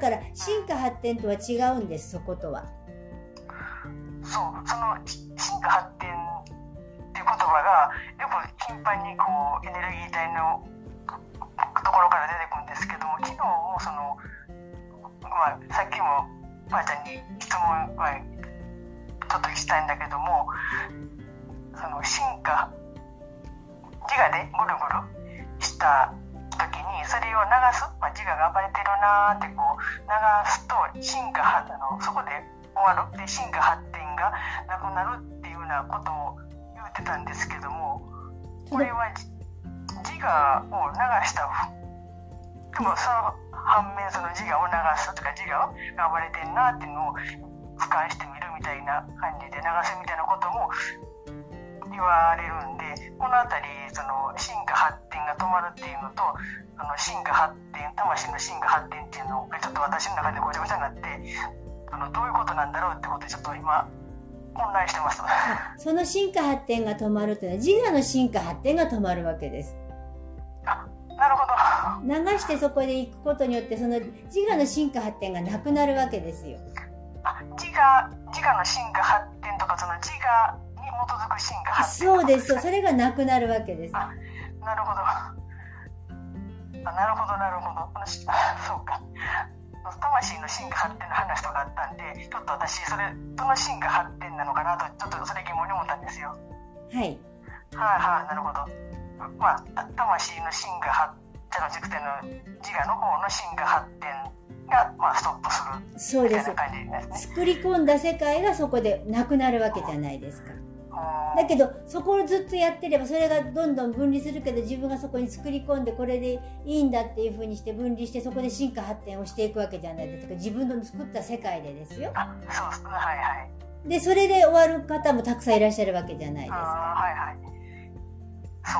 から進化発展とは違うんです、そことは。 そう、その進化発展っていう言葉がよく頻繁にこうエネルギー体のところから出てくるんですけども、昨日もその、さっきもばあちゃんに質問はちょっとしたいんだけども、その進化自我でぐるぐるした時にそれを流す、自我が暴れてるなーってこう流すとそこで終わるで進化発展がなくなるっていうようなことを言ってたんですけども、これは自我を流したでもその反面その自我を流すとか自我が暴れてるなっていうのを俯瞰してみるみたいな感じで流すみたいなことも言われるんで、このあたりその進化発展が止まるっていうのと、進化発展、魂の進化発展っていうのがちょっと私の中でごちゃごちゃになって、どういうことなんだろうってことでちょっと今混乱してます。 その進化発展が止まるというのは自我の進化発展が止まるわけです。 なるほど。 流してそこで行くことによってその自我の進化発展がなくなるわけですよ。 自我の進化発展とかその自我に基づく進化発展。 そうです。それがなくなるわけです。 なるほど。なるほどなるほど。そうか。魂の進化発展の話とかあったんで、ちょっと私その進化発展なのかなとちょっとそれ疑問に思ったんですよ。 はい。 なるほど。魂の進化発展の軸点の自我の方の進化発展がストップするみたいな感じですね。 作り込んだ世界がそこでなくなるわけじゃないですか。だけどそこをずっとやってればそれがどんどん分離するけど、自分がそこに作り込んでこれでいいんだっていう風にして分離してそこで進化発展をしていくわけじゃないですか。自分の作った世界でですよ。 そうですね。はいはい。 でそれで終わる方もたくさんいらっしゃるわけじゃないですか。 はいはい。こ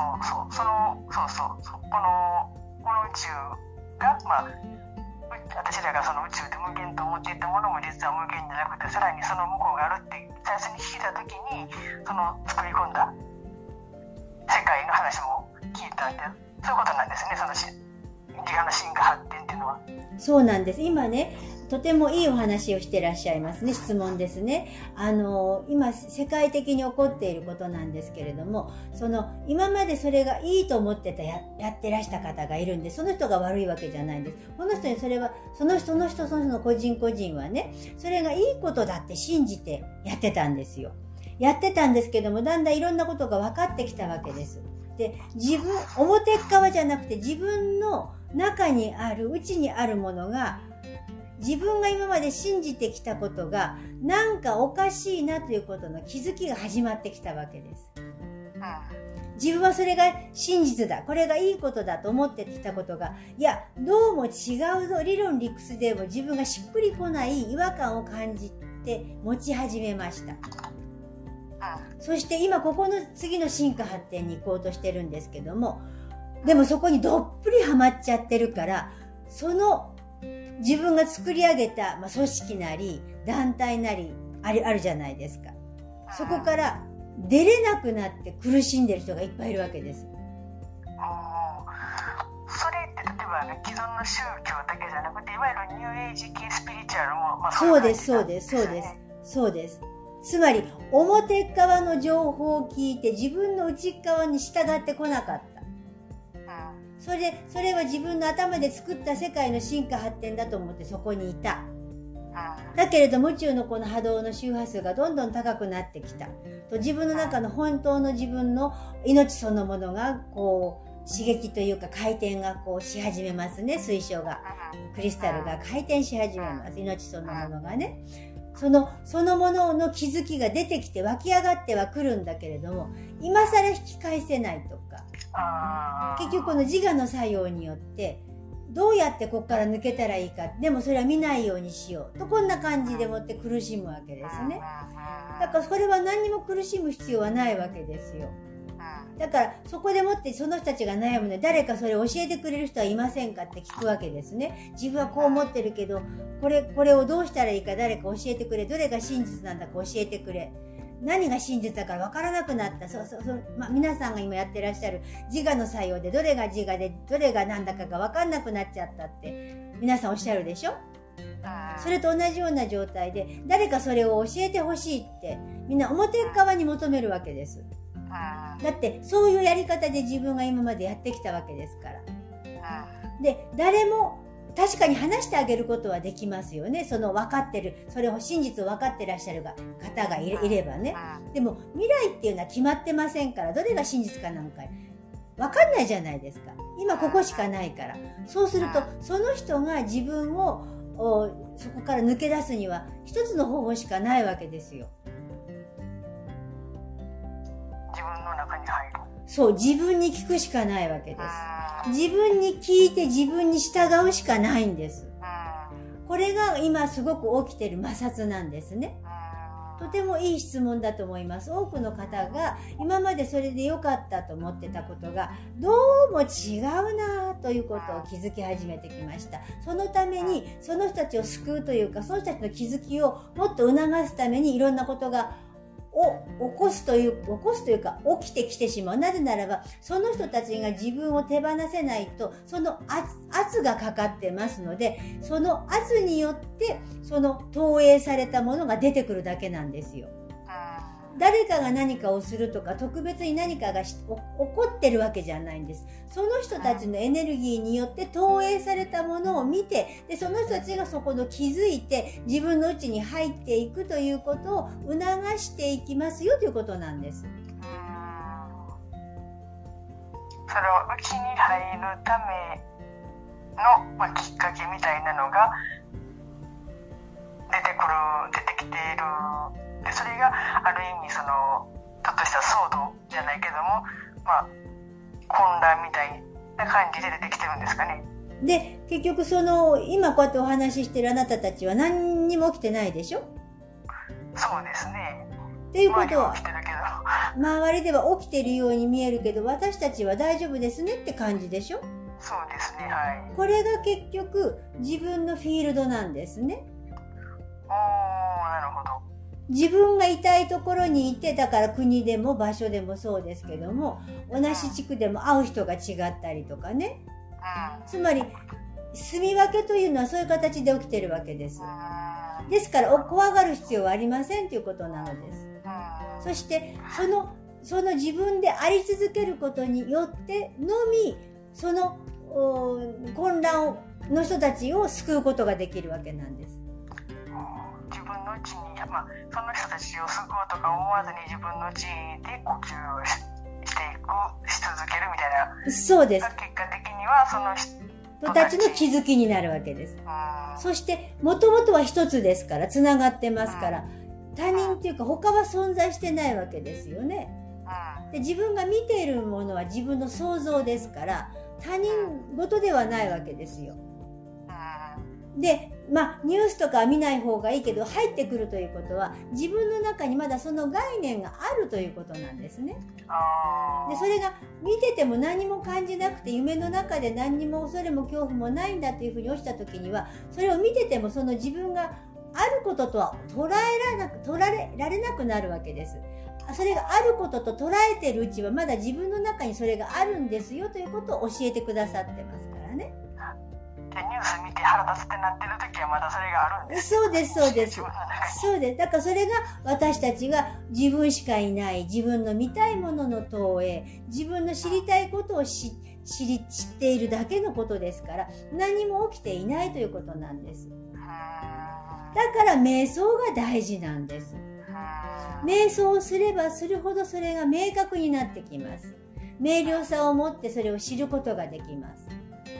の宇宙が私らがその宇宙で無限と思っていたものも実は無限じゃなくて、さらにその向こうがあるって最初に聞いた時にその作り込んだ世界の話も聞いたんで、そういうことなんですね、その自我の進化発展っていうのは。 そうなんです。今ね、とてもいいお話をしてらっしゃいますね。質問ですね。今世界的に起こっていることなんですけれども、今までそれがいいと思ってやってらした方がいるんで、その人が悪いわけじゃないんです。この人にそれはその人の個人はね、それがいいことだって信じてやってたんですよ。やってたんですけども、だんだんいろんなことが分かってきたわけです。で、表側じゃなくて自分の中にある、内にあるものが、自分が今まで信じてきたことがなんかおかしいなということの気づきが始まってきたわけです。自分はそれが真実だ、これがいいことだと思ってきたことが、いやどうも違うぞ、理論理屈でも自分がしっくりこない違和感を感じて持ち始めました。そして今ここの次の進化発展に行こうとしてるんですけども、でもそこにどっぷりハマっちゃってるから、その自分が作り上げた、組織なり団体なりあるじゃないですか。そこから出れなくなって苦しんでる人がいっぱいいるわけです。 それって例えば既存の宗教だけじゃなくて、いわゆるニューエイジ系スピリチュアルも、そうです。つまり表側の情報を聞いて自分の内側に従ってこなかった。それは自分の頭で作った世界の進化発展だと思ってそこにいた。だけれども宇宙のこの波動の周波数がどんどん高くなってきたと、自分の中の本当の自分の命そのものがこう刺激というか回転がこうし始めますね。水晶が、クリスタルが回転し始めます。命そのものがね、そのものの気づきが出てきて湧き上がってはくるんだけれども、今更引き返せないとか、結局この自我の作用によってどうやってここから抜けたらいいか、でもそれは見ないようにしようと、こんな感じでもって苦しむわけですね。だからそれは何にも苦しむ必要はないわけですよ。だからそこでもってその人たちが悩むので、誰かそれを教えてくれる人はいませんかって聞くわけですね。自分はこう思ってるけど、これをどうしたらいいか誰か教えてくれ、どれが真実なんだか教えてくれ、何が真実だから分からなくなった。皆さんが今やってらっしゃる自我の作用で、どれが自我でどれが何だかが分かんなくなっちゃったって皆さんおっしゃるでしょ。 それと同じような状態で誰かそれを教えてほしいってみんな表側に求めるわけです。だってそういうやり方で自分が今までやってきたわけですから。で、誰も確かに話してあげることはできますよね。その分かってる、それを真実を分かってらっしゃる方がいればね。でも未来っていうのは決まってませんから、どれが真実かなんか分かんないじゃないですか。今ここしかないから。そうするとその人が自分をそこから抜け出すには一つの方法しかないわけですよ。 自分の中に入る。 そう、自分に聞くしかないわけです。自分に聞いて自分に従うしかないんです。これが今すごく起きてる摩擦なんですね。とてもいい質問だと思います。多くの方が今までそれで良かったと思ってたことがどうも違うなということを気づき始めてきました。そのためにその人たちを救うというか、その人たちの気づきをもっと促すためにいろんなことが起こすというか起きてきてしまう。なぜならばその人たちが自分を手放せないとその圧がかかってますので、その圧によってその投影されたものが出てくるだけなんですよ。誰かが何かをするとか特別に何かが起こってるわけじゃないんです。その人たちのエネルギーによって投影されたものを見て、でその人たちがそこの気づいて自分の内に入っていくということを促していきますよということなんです。 それを内に入るための、きっかけみたいなのが出てきている。でそれがある意味そのちょっとした騒動じゃないけども、混乱みたいな感じで出てきてるんですかね。 で結局その今こうやってお話ししてるあなたたちは何にも起きてないでしょ。 そうですね。 っていうことは起きてるけど周りでは起きてるように見えるけど私たちは大丈夫ですねって感じでしょ。 そうですね、はい。 これが結局自分のフィールドなんですね。 なるほど。 自分がいたいところにいて、だから国でも場所でもそうですけども、同じ地区でも会う人が違ったりとかね。つまり住み分けというのはそういう形で起きてるわけです。ですから怖がる必要はありませんということなのです。そしてその自分であり続けることによってのみその混乱の人たちを救うことができるわけなんです。 自分のうちに、その人たちを救おうとか思わずに自分のうちで呼吸をし続けるみたいな。 そうです。 結果的にはその人たちの気づきになるわけです。そしてもともとは一つですから、つながってますから、他人っていうか他は存在してないわけですよね。で自分が見ているものは自分の想像ですから他人事ではないわけですよ。でニュースとかは見ない方がいいけど入ってくるということは自分の中にまだその概念があるということなんですね。でそれが見てても何も感じなくて夢の中で何にも恐れも恐怖もないんだというふうに落ちた時にはそれを見ててもその自分があることとは捉えられなくなるわけです。それがあることと捉えてるうちはまだ自分の中にそれがあるんですよということを教えてくださってますからね。 ニュース見て腹立つってなってる時はまだそれがあるんです。 そうですそうですそうです。だからそれが私たちが自分しかいない自分の見たいものの投影自分の知りたいことを知っているだけのことですから何も起きていないということなんです。だから瞑想が大事なんです。瞑想をすればするほどそれが明確になってきます。明瞭さを持ってそれを知ることができます。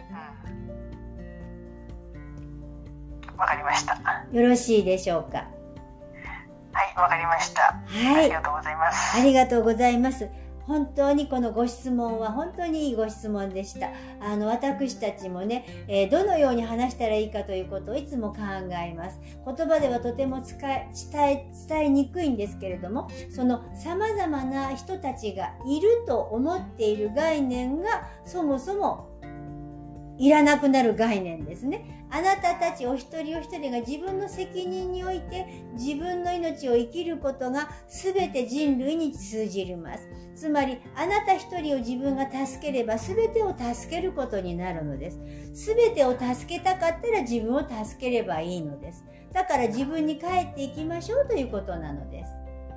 わかりました。 よろしいでしょうか。 はい、わかりました。はい、ありがとうございます。 ありがとうございます。本当にこのご質問は本当にいいご質問でした。私たちもね、どのように話したらいいかということをいつも考えます。言葉ではとても伝えにくいんですけれども、その様々な人たちがいると思っている概念がそもそもいらなくなる概念ですね。あなたたちお一人お一人が自分の責任において自分の命を生きることが全て人類に通じます。つまり、あなた一人を自分が助ければ全てを助けることになるのです。全てを助けたかったら自分を助ければいいのです。だから自分に帰っていきましょうということなのです。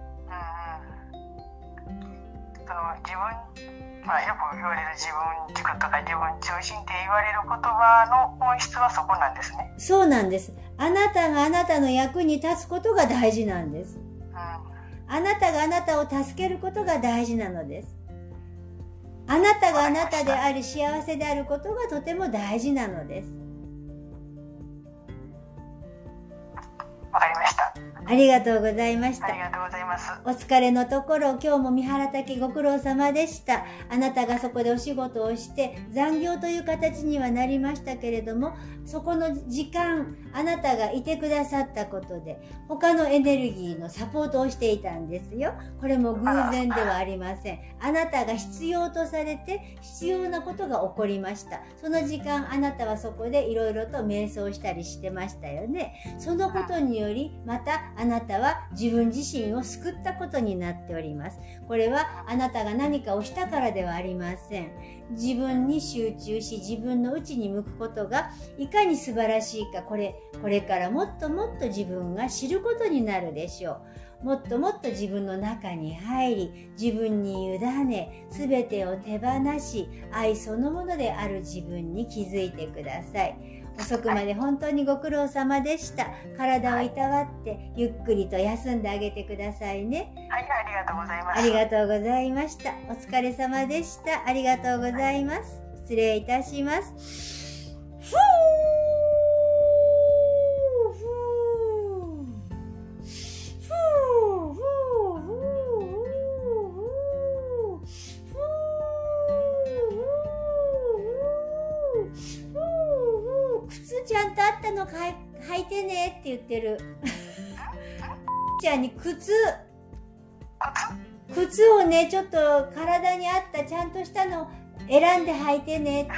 自分、よく言われる自分軸とか自分中心って言われる言葉の本質はそこなんですね。 そうなんです。あなたがあなたの役に立つことが大事なんです。あなたがあなたを助けることが大事なのです。あなたがあなたであり幸せであることがとても大事なのです。 わかりました。 ありがとうございました。 ありがとうございます。 お疲れのところ、今日も三原岳ご苦労様でした。あなたがそこでお仕事をして残業という形にはなりましたけれども、そこの時間、あなたがいてくださったことで他のエネルギーのサポートをしていたんですよ。これも偶然ではありません。あなたが必要とされて必要なことが起こりました。その時間、あなたはそこでいろいろと瞑想したりしてましたよね。そのことによりまたあなたは自分自身を救ったことになっております。これはあなたが何かをしたからではありません。自分に集中し自分の内に向くことがいかに素晴らしいか、これからもっともっと自分が知ることになるでしょう。もっともっと自分の中に入り、自分に委ね、すべてを手放し、愛そのものである自分に気づいてください。遅くまで本当にご苦労様でした。体をいたわってゆっくりと休んであげてくださいね。 はい、ありがとうございます。 ありがとうございました。お疲れ様でした。ありがとうございます。失礼いたします。靴ちゃんとあったの履いてねって言ってる。ちゃんに靴をね、ちょっと体に合ったちゃんとしたの選んで履いてねって。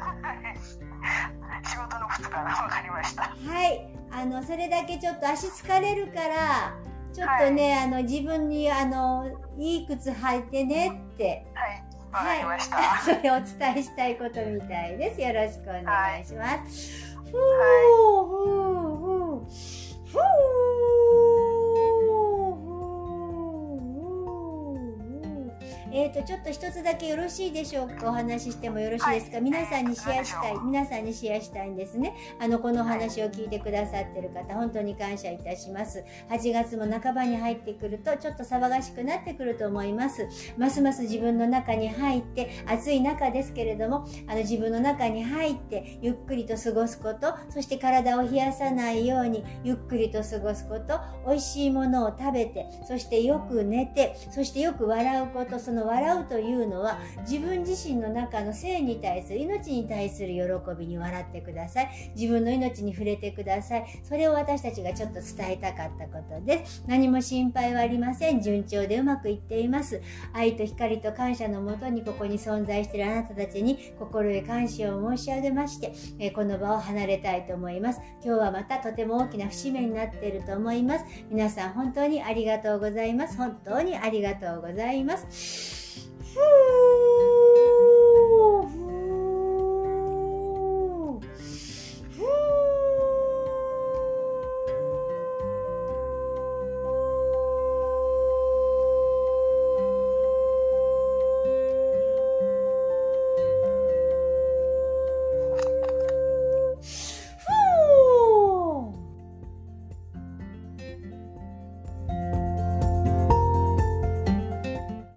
仕事の靴からわかりました。 はい。それだけちょっと足疲れるから、ちょっとね、自分にいい靴履いてねって。 はい。わかりました。 はい、それをお伝えしたいことみたいです。よろしくお願いします。ちょっと一つだけよろしいでしょうか。お話ししてもよろしいですか。皆さんにシェアしたいんですね。このお話を聞いてくださっている方、本当に感謝いたします。8月も半ばに入ってくると、ちょっと騒がしくなってくると思います。ますます自分の中に入って、暑い中ですけれども、自分の中に入って、ゆっくりと過ごすこと、そして体を冷やさないように、ゆっくりと過ごすこと、美味しいものを食べて、そしてよく寝て、そしてよく笑うこと、その笑うというのは自分自身の中の生に対する、命に対する喜びに笑ってください。自分の命に触れてください。それを私たちがちょっと伝えたかったことです。何も心配はありません。順調でうまくいっています。愛と光と感謝のもとにここに存在しているあなたたちに心へ感謝を申し上げまして、この場を離れたいと思います。今日はまたとても大きな節目になっていると思います。皆さん本当にありがとうございます。本当にありがとうございます。